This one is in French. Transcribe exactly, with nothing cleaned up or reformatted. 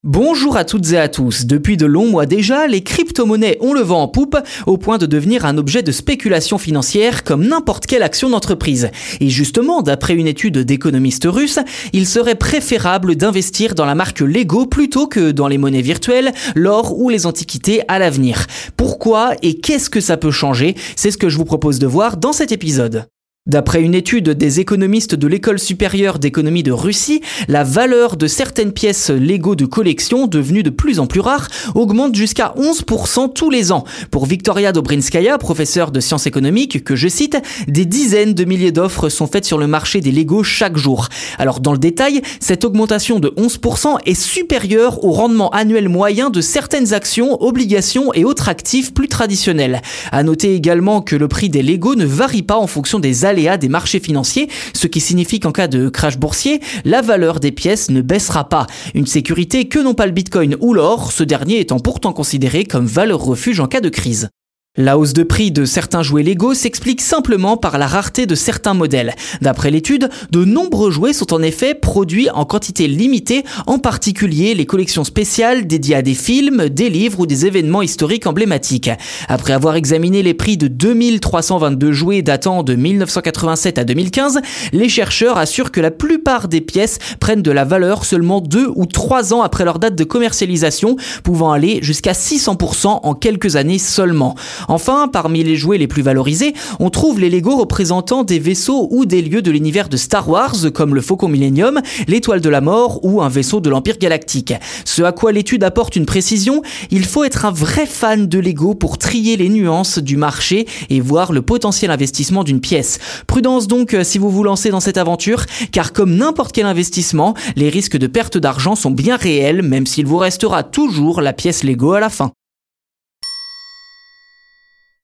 Bonjour à toutes et à tous. Depuis de longs mois déjà, les crypto-monnaies ont le vent en poupe au point de devenir un objet de spéculation financière comme n'importe quelle action d'entreprise. Et justement, d'après une étude d'économistes russes, il serait préférable d'investir dans la marque Lego plutôt que dans les monnaies virtuelles, l'or ou les antiquités à l'avenir. Pourquoi et qu'est-ce que ça peut changer? C'est ce que je vous propose de voir dans cet épisode. D'après une étude des économistes de l'École supérieure d'économie de Russie, la valeur de certaines pièces Lego de collection, devenues de plus en plus rares, augmente jusqu'à onze pour cent tous les ans. Pour Victoria Dobrinskaya, professeure de sciences économiques, que je cite, des dizaines de milliers d'offres sont faites sur le marché des Lego chaque jour. Alors dans le détail, cette augmentation de onze pour cent est supérieure au rendement annuel moyen de certaines actions, obligations et autres actifs plus traditionnels. À noter également que le prix des Lego ne varie pas en fonction des aléas des marchés financiers, ce qui signifie qu'en cas de crash boursier, la valeur des pièces ne baissera pas. Une sécurité que n'ont pas le Bitcoin ou l'or, ce dernier étant pourtant considéré comme valeur refuge en cas de crise. La hausse de prix de certains jouets Lego s'explique simplement par la rareté de certains modèles. D'après l'étude, de nombreux jouets sont en effet produits en quantité limitée, en particulier les collections spéciales dédiées à des films, des livres ou des événements historiques emblématiques. Après avoir examiné les prix de deux mille trois cent vingt-deux jouets datant de mille neuf cent quatre-vingt-sept à deux mille quinze, les chercheurs assurent que la plupart des pièces prennent de la valeur seulement deux ou trois ans après leur date de commercialisation, pouvant aller jusqu'à six cents pour cent en quelques années seulement. Enfin, parmi les jouets les plus valorisés, on trouve les Lego représentant des vaisseaux ou des lieux de l'univers de Star Wars, comme le Faucon Millenium, l'étoile de la mort ou un vaisseau de l'Empire Galactique. Ce à quoi l'étude apporte une précision, il faut être un vrai fan de Lego pour trier les nuances du marché et voir le potentiel investissement d'une pièce. Prudence donc si vous vous lancez dans cette aventure, car comme n'importe quel investissement, les risques de perte d'argent sont bien réels, même s'il vous restera toujours la pièce Lego à la fin.